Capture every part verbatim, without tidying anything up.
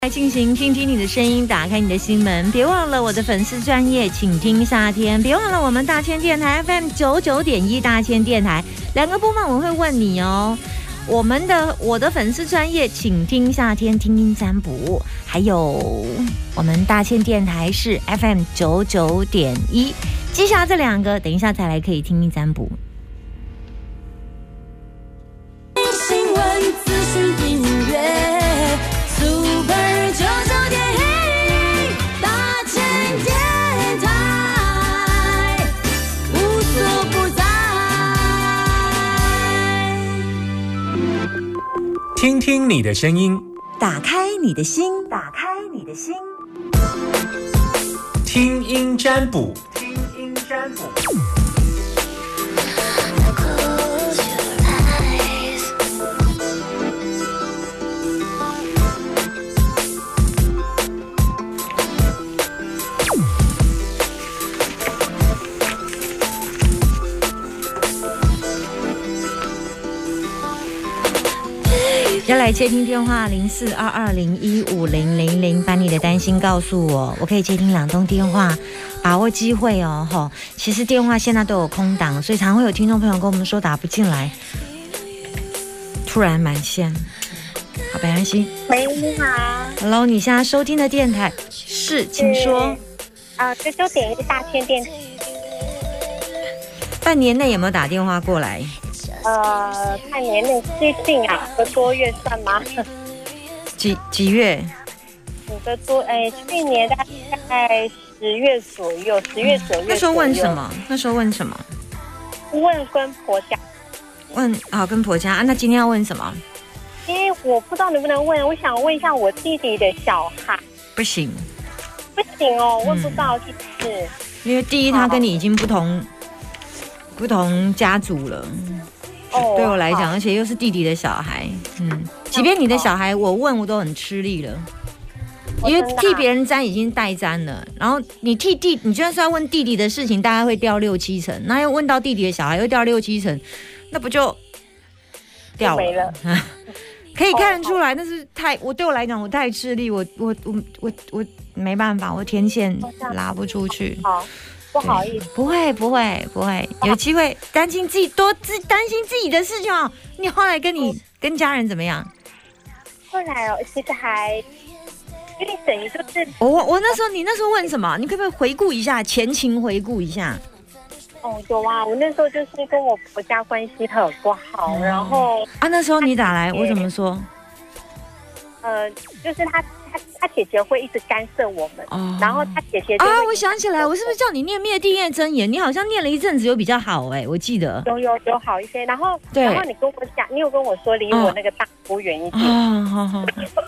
来进行听听你的声音，打开你的心门，别忘了我的粉丝专页，请听夏天，别忘了我们大千电台 F M 九九点一大千电台两个部分我会问你哦。我们的我的粉丝专页，请听夏天听音占卜，还有我们大千电台是 F M 九九点一，记下这两个，等一下再来可以听音占卜。 新闻资讯音乐。九九点一大千电台，无所不在。 听听你的声音， 打开你的心，打开你的心， 听音占卜，听音占卜。 要来接听电话零四二二零一五零零零，把你的担心告诉我，我可以接听两通电话，把握机会哦。吼，其实电话现在都有空档，所以常会有听众朋友跟我们说打不进来，突然满线。好，没关系。 喂，你好。 Hello， 你现在收听的电台是，请说。 啊，九九点一大千电台。 半年内有没有打电话过来？ 呃，看年龄最近啊，五个多月算吗？ 几几月？ 五个多，哎，去年大概十月左右，十月九月。 那时候问什么？那时候问什么？ 问跟婆家。 问好，跟婆家啊？那今天要问什么？ 因为我不知道能不能问，我想问一下我弟弟的小孩。 不行， 不行哦，问不到就是。 因为第一，他跟你已经不同不同家族了。 哦， 对我来讲，而且又是弟弟的小孩，嗯，即便你的小孩，我问我都很吃力了，因为替别人占已经代占了，然后你替弟，你就算是要问弟弟的事情，大概会掉六七成，那又问到弟弟的小孩又掉六七成，那不就掉了？ 没了可以看得出来，但是太我对我来讲，我太吃力，我我我我我没办法，我天线拉不出去。 好。不好意思， 不会不会不会，有机会担心自己多自担心自己的事情哦。你后来跟你、嗯、跟家人怎么样？ 后来哦，其实还因为等于就是我我那时候你那时候问什么？你可不可以回顾一下前情，回顾一下？ 哦，有啊，我那时候就是跟我婆家关系很不好，嗯、然后啊，那时候你打来，我怎么说？ 呃，就是他。他, 他姐姐会一直干涉我们，哦、然后他姐姐就啊，我想起来，我是不是叫你念灭地业真言？你好像念了一阵子，有比较好哎、欸，我记得有有有好一些。然后，然后你跟我讲，你有跟我说离我那个大姑远一点。 啊，好好。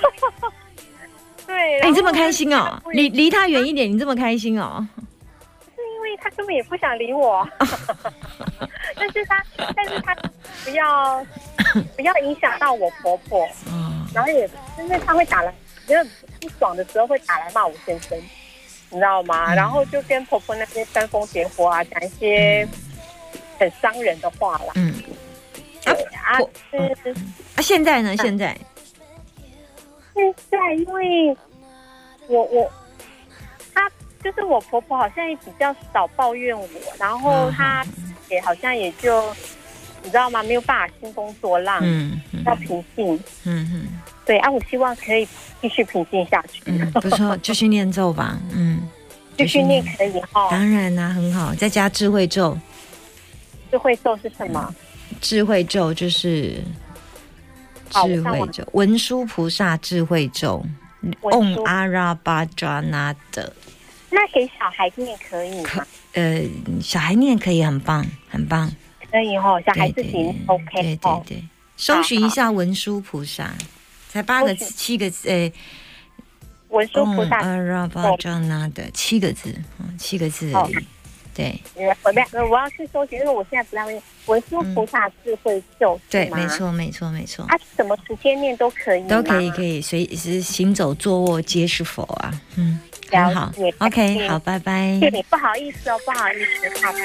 对， 哎、欸，你这么开心哦、喔，离离他远一点，你这么开心哦、喔。 是因为他根本也不想理我，但是他，但是他不要不要影响到我婆婆，嗯、然后也因为他会打来。觉得不爽的时候会打来骂我先生，你知道吗？嗯、然后就跟婆婆那边煽风点火啊，讲一些很伤人的话啦。嗯，对啊，是啊，现在呢？现在现在因为我我她就是我婆婆，好像也比较少抱怨我，然后她也好像也就你知道吗？没有办法兴风作浪，嗯，要平静，嗯嗯。对啊，我希望可以继续平静下去。 嗯，不错，继续念咒吧。嗯， 继续念可以哈。 当然啦、啊，很好，再加智慧咒。 智慧咒是什么？ 智慧咒就是智慧咒，文殊菩萨智慧咒。Om 阿拉巴扎那的。 那给小孩念可以吗？ 呃，小孩念可以，很棒，很棒。 可以哈，小孩自己 OK。 对对对，搜寻一下文殊菩萨。才八个字，七个字，诶， 文殊菩萨阿拉巴扎那的七个字，七个字而已。对， 我要我要去搜寻，因为我现在不太会文殊菩萨智慧咒。 对，没错，没错，没错。 啊，什么时间念都可以， 都可以，可以随时行走、坐卧皆是佛啊。嗯，很好。OK， 好，拜拜。 谢谢，不好意思哦，不好意思，好，拜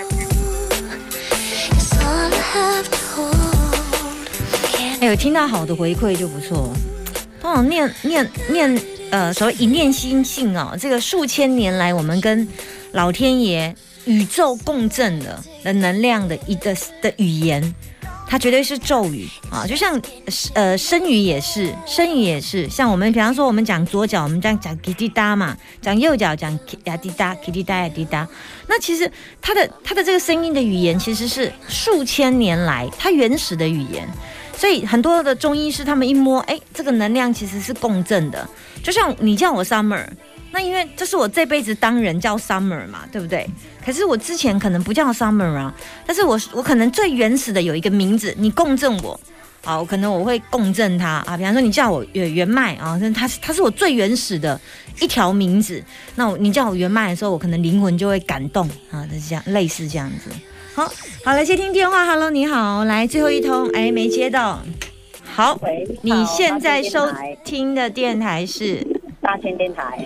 拜。哎，有听到好的回馈就不错。通常念念念呃所谓一念心性哦，这个数千年来我们跟老天爷、宇宙共振的的能量的一的的语言。它绝对是咒语啊，就像呃声语也是，声语也是。像我们比方说，我们讲左脚，我们这样讲 kitty 哒嘛，讲右脚讲呀滴哒 kitty 哒呀滴哒。那其实它的它的这个声音的语言，其实是数千年来它原始的语言。所以很多的中医师他们一摸，哎，这个能量其实是共振的。就像你叫我 Summer， 那因为这是我这辈子当人叫 Summer 嘛，对不对？可是我之前可能不叫 Summer 啊，但是我我可能最原始的有一个名字，你共振我，好，可能我会共振它啊。比方说你叫我原麦啊，它是它是我最原始的一条名字。那我你叫我原麦的时候，我可能灵魂就会感动啊，是这样，类似这样子。好，好了，接听电话 ，Hello， 你好，来最后一通，哎，没接到。好，你现在收听的电台是大千电台。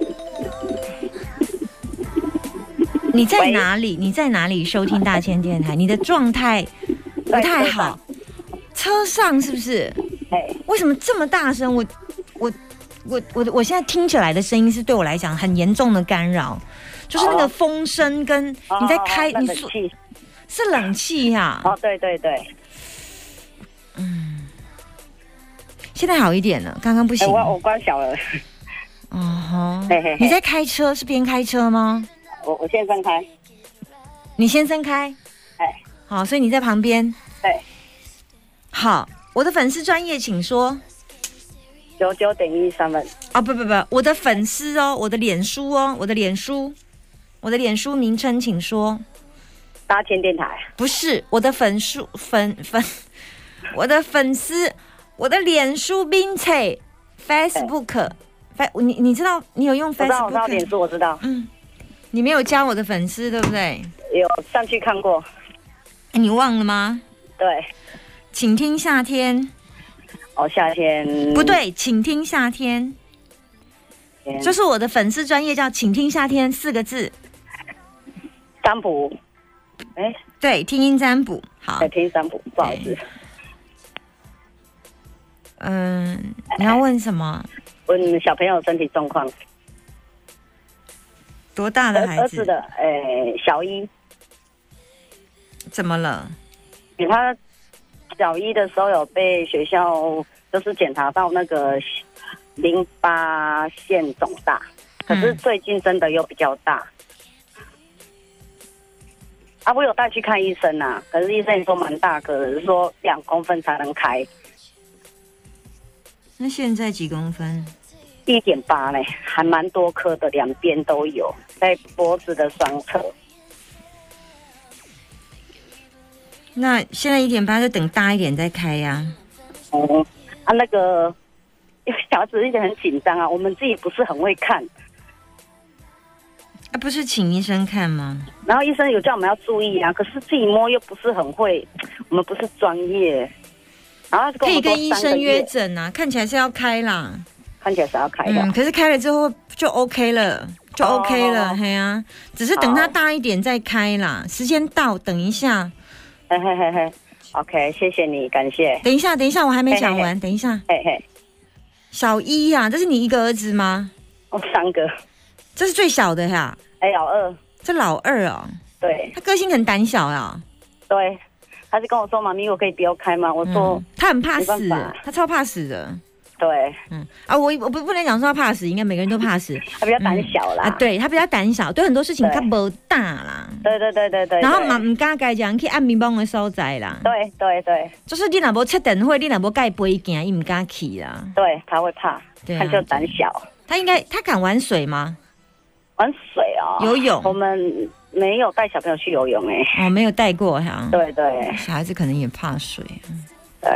你在哪里？你在哪里收听大千电台？你的状态不太好，车上是不是？为什么这么大声？我我我我我现在听起来的声音是对我来讲很严重的干扰，就是那个风声跟你在开，你说是冷气呀？ 哦，对对对， 嗯，现在好一点了，刚刚不行。 我我关小了。 哦吼，你在开车是边开车吗？ 我我先生开， 你先生开， 哎， 好，所以你在旁边， 对， 好，我的粉丝专业，请说， 九九点一三分， 啊，不不不，我的粉丝哦，我的脸书哦，我的脸书，我的脸书名称，请说， 大千电台， 不是我的粉书粉粉，我的粉丝，我的脸书名称 ，Facebook， 你你知道你有用 Facebook？ 我知道，我知道脸书，我知道， 嗯。你没有加我的粉丝，对不对？ 有上去看过。 你忘了吗？ 对。 请听夏天。 哦，夏天。 不对，请听夏天。就是我的粉丝专业叫请听夏天四个字。 占卜。哎， 对，听音占卜。好。 对，听音占卜，不好意思。 嗯，你要问什么？ 问小朋友身体状况。 多大的孩子？ 儿子的，诶、欸，小一。 怎么了？ 给他小一的时候有被学校就是检查到那个淋巴腺肿大，可是最近真的又比较大。嗯、啊，我有带去看医生啊，可是医生也说蛮大个的，是说两公分才能开。 那现在几公分？ 一点八呢，还蛮多颗的，两边都有，在脖子的双侧。 那现在一点八，就等大一点再开呀、啊。 哦、嗯，啊，那个，因为小孩子一直很紧张啊，我们自己不是很会看。 啊，不是请医生看吗？ 然后医生有叫我们要注意啊，可是自己摸又不是很会，我们不是专业。然后跟可以跟医生约诊啊，看起来是要开啦。 看起来是要开的、 嗯，可是开了之后就 OK 了，就 OK 了，嘿、哦、啊，只是等它大一点再开啦。时间到，等一下。 嘿嘿嘿嘿 ，OK， 谢谢你，感谢。 等一下，等一下，我还没讲完， 嘿嘿等一下。 嘿嘿， 小一呀、啊，这是你一个儿子吗？ 哦，三个。 这是最小的呀。 哎，老二。 这老二哦。 对。 他个性很胆小啊。 对，他是跟我说：“妈咪，我可以不要开吗？”我说：“ 嗯、他很怕死，他超怕死的。” 对， 嗯啊，我我不不能讲说他怕死，应该每个人都怕死。 他比较胆小啦， 嗯、啊，对他比较胆小，对很多事情他不大啦。 对对对对对。 然后嘛，唔敢该讲去暗暝帮的所在啦。 对对对。 就是你若无出电话，你若无盖杯行，伊唔敢去啦。 对，他会怕，对、啊，他就胆小。 他应该，他敢玩水吗？ 玩水哦， 游泳。我们没有带小朋友去游泳哎、 欸。哦，没有带过哈。 对对。 小孩子可能也怕水。 对。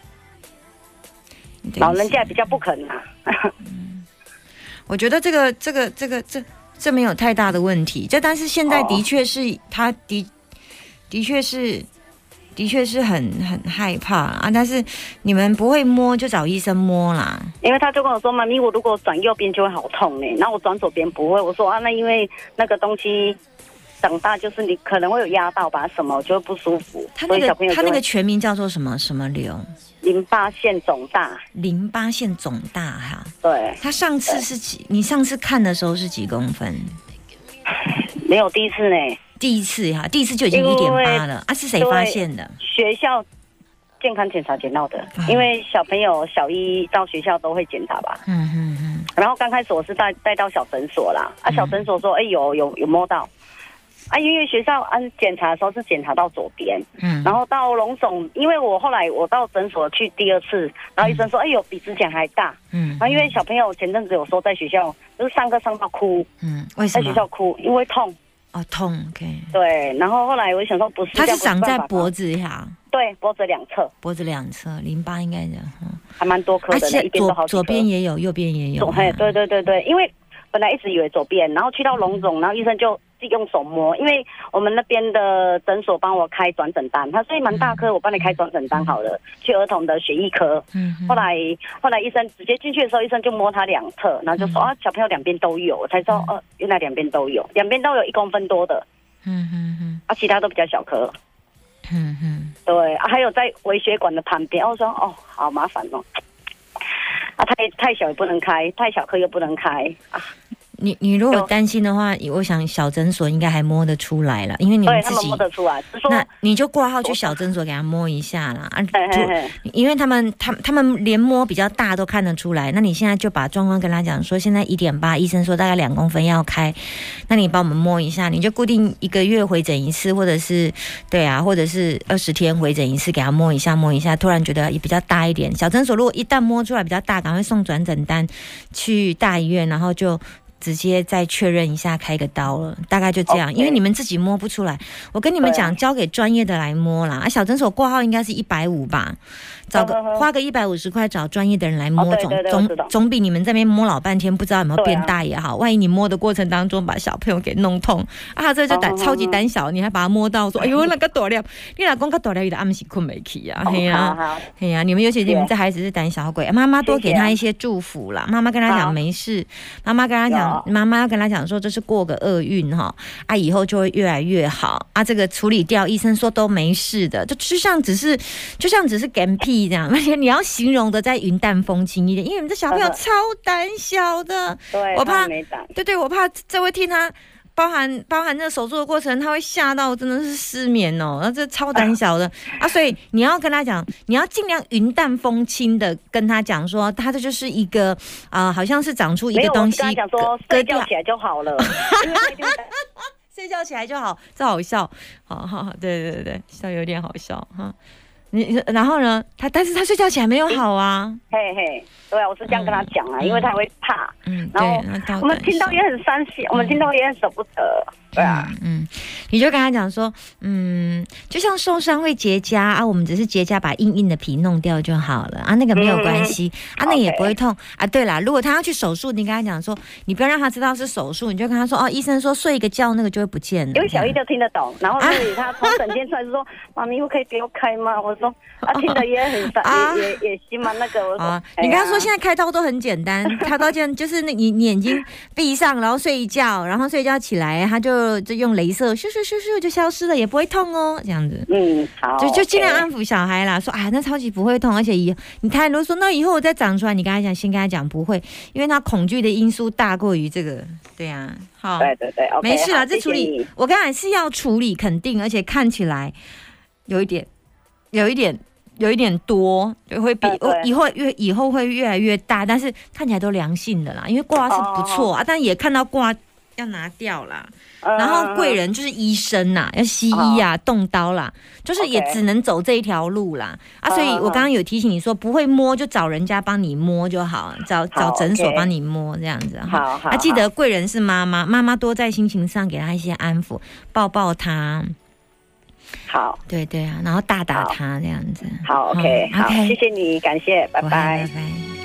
老人家比较不肯啊。 嗯，我觉得这个这个这个这这没有太大的问题，这但是现在的确是、哦、他的的确是的确是很很害怕啊，但是你们不会摸就找医生摸啦。 因为他就跟我说：“妈咪，我如果转右边就会好痛呢、欸，那我转左边不会。”我说：“啊，那因为那个东西长大就是你可能会有压到吧什么，就会不舒服。” 他那个所以小朋友他那个全名叫做什么什么瘤？ 淋巴腺肿大。 淋巴腺肿大哈。 对， 他上次是几？你上次看的时候是几公分？ 没有第一次呢。 第一次哈，第一次就已经一点八了啊！是谁发现的？ 学校健康检查检到的， 嗯、 因为小朋友小一到学校都会检查吧。 嗯嗯嗯。 然后刚开始我是带带到小诊所啦，啊，小诊所说，哎、欸，有有有摸到，啊，因为学校按检查的时候是检查到左边，嗯，然后到龙总，因为我后来我到诊所去第二次，然后医生说，哎、欸，有比之前还大，嗯，然后因为小朋友前阵子有说在学校就是上课上到哭，嗯，为什么？在学校哭，因为痛。 哦，痛 ，OK。 对，然后后来我就想说，不是， 它是长在脖子下。 对，脖子两侧。 脖子两侧，淋巴应该的， 嗯，还蛮多颗的，而且一边都好几颗。 左边也有，右边也有。 嘿，对对对对，因为本来一直以为左边，然后去到龙总，然后医生就自己用手摸，因为我们那边的诊所帮我开转诊单，他说蛮大颗，我帮你开转诊单好了，嗯、去儿童的血液科。嗯。后来后来医生直接进去的时候，医生就摸他两侧，然后就说、嗯、啊，小朋友两边都有，我才知道哦、呃，原来两边都有，两边都有一公分多的。嗯嗯嗯。啊，其他都比较小颗。嗯嗯。对啊，还有在微血管的旁边，我说哦，好麻烦哦。啊，太太小也不能开，太小颗又不能开啊。 你你如果担心的话，我想小诊所应该还摸得出来了，因为你们自己对他们摸得出来。 那你就挂号去小诊所给他摸一下啦。啊，因为他们他他们连摸比较大都看得出来。那你现在就把状况跟他讲说，现在一点八，医生说大概两公分要开，那你帮我们摸一下，你就固定一个月回诊一次，或者是对啊，或者是二十天回诊一次，给他摸一下摸一下。突然觉得也比较大一点，小诊所如果一旦摸出来比较大，赶快送转诊单去大医院，然后就。直接再确认一下开个刀了，大概就这样， okay. 因为你们自己摸不出来，我跟你们讲，交给专业的来摸啦。啊，小诊所挂号应该是一百五吧，找个花个一百五十块找专业的人来摸，总总总比你们这边摸老半天不知道有没有变大也好。啊、万一你摸的过程当中把小朋友给弄痛啊，这就胆超级胆小，你还把他摸到说，哎呦那个大粒，你老公个大粒，你的暗时困没起啊，嘿呀嘿呀，你们尤其你们这孩子是胆小鬼，妈妈多给他一些祝福啦，妈妈跟他讲没事，妈妈跟他讲。妈妈要跟他讲说，这是过个厄运哈，啊，以后就会越来越好啊。这个处理掉，医生说都没事的，就就像只是，就像只是干屁这样。而且你要形容的再云淡风轻一点，因为你们这小朋友超胆小的， 对， 我怕， 对对，我怕这位听他。包含包含那个手术的过程，他会吓到真的是失眠哦，那这超胆小的啊！所以你要跟他讲，你要尽量云淡风轻的跟他讲说，他这就是一个啊、呃，好像是长出一个东西， 没有，我跟他讲说睡觉起来就好了， 睡觉起来就好，这好笑，好好好，对对对对，笑有点好笑哈。你然后呢？他但是他睡觉起来没有好啊。 嘿嘿，对啊，我是这样跟他讲啊，嗯、因为他会怕。嗯，然后我们听到也很伤心，嗯、我们听到也很舍不得。对啊， 嗯，嗯你就跟他讲说，嗯，就像受伤会结痂啊，我们只是结痂把硬硬的皮弄掉就好了啊，那个没有关系、嗯、啊，那也不会痛、okay. 啊。对啦，如果他要去手术，你跟他讲说，你不要让他知道是手术，你就跟他说哦，医生说睡一个觉那个就会不见了。 因为小一就听得懂，然后所以他从诊间出来就说，妈咪，我可以给我开吗？我说啊，听得也很啊，也也也行嘛。那个我说，啊哎、你跟他说现在开刀都很简单，开刀键就是那你你眼睛闭上，然后睡一觉，然后睡觉起来，他就就用雷射咻咻咻咻就消失了，也不会痛哦，这样子。 嗯，好， 就就尽量安抚小孩啦，说啊，那超级不会痛，而且以你他如果说那以后我再长出来，你跟他讲，先跟他讲不会，因为他恐惧的因素大过于这个，对啊，好， 对对对， okay, 没事啦，这处理我刚才是要处理，肯定，而且看起来有一点，有一点。有一点多，就会比、呃、以后越以后会越来越大，但是看起来都良性的啦，因为挂是不错、哦、啊，但也看到挂要拿掉啦。呃、然后贵人就是医生呐，要西医啊，哦、动刀啦，就是也只能走这一条路啦。啊，所以我刚刚有提醒你说，不会摸就找人家帮你摸就好，找找诊所帮你摸这样子。 好，好， 啊，记得贵人是妈妈，妈妈多在心情上给她一些安抚，抱抱她。 好， 对对啊，然后大打他这样子。 好 ，OK， 好， okay 谢谢你，感谢，拜拜，拜拜。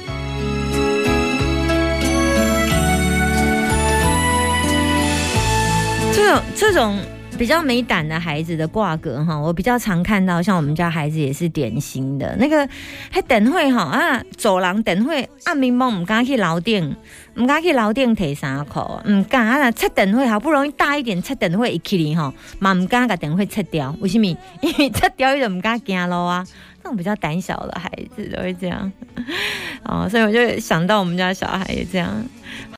这种这种比较没胆的孩子的挂格哈，我比较常看到，像我们家孩子也是典型的那个，还等会哈啊，走廊等会暗明梦唔敢去楼顶。唔敢去楼顶摕衫裤，唔敢啊！切电火好不容易大一点，切电火一起哩吼，嘛唔敢甲电火切掉。为什么？因为切掉伊就唔敢行路啊， 那种比较胆小的孩子都会这样，哦，所以我就想到我们家小孩也这样。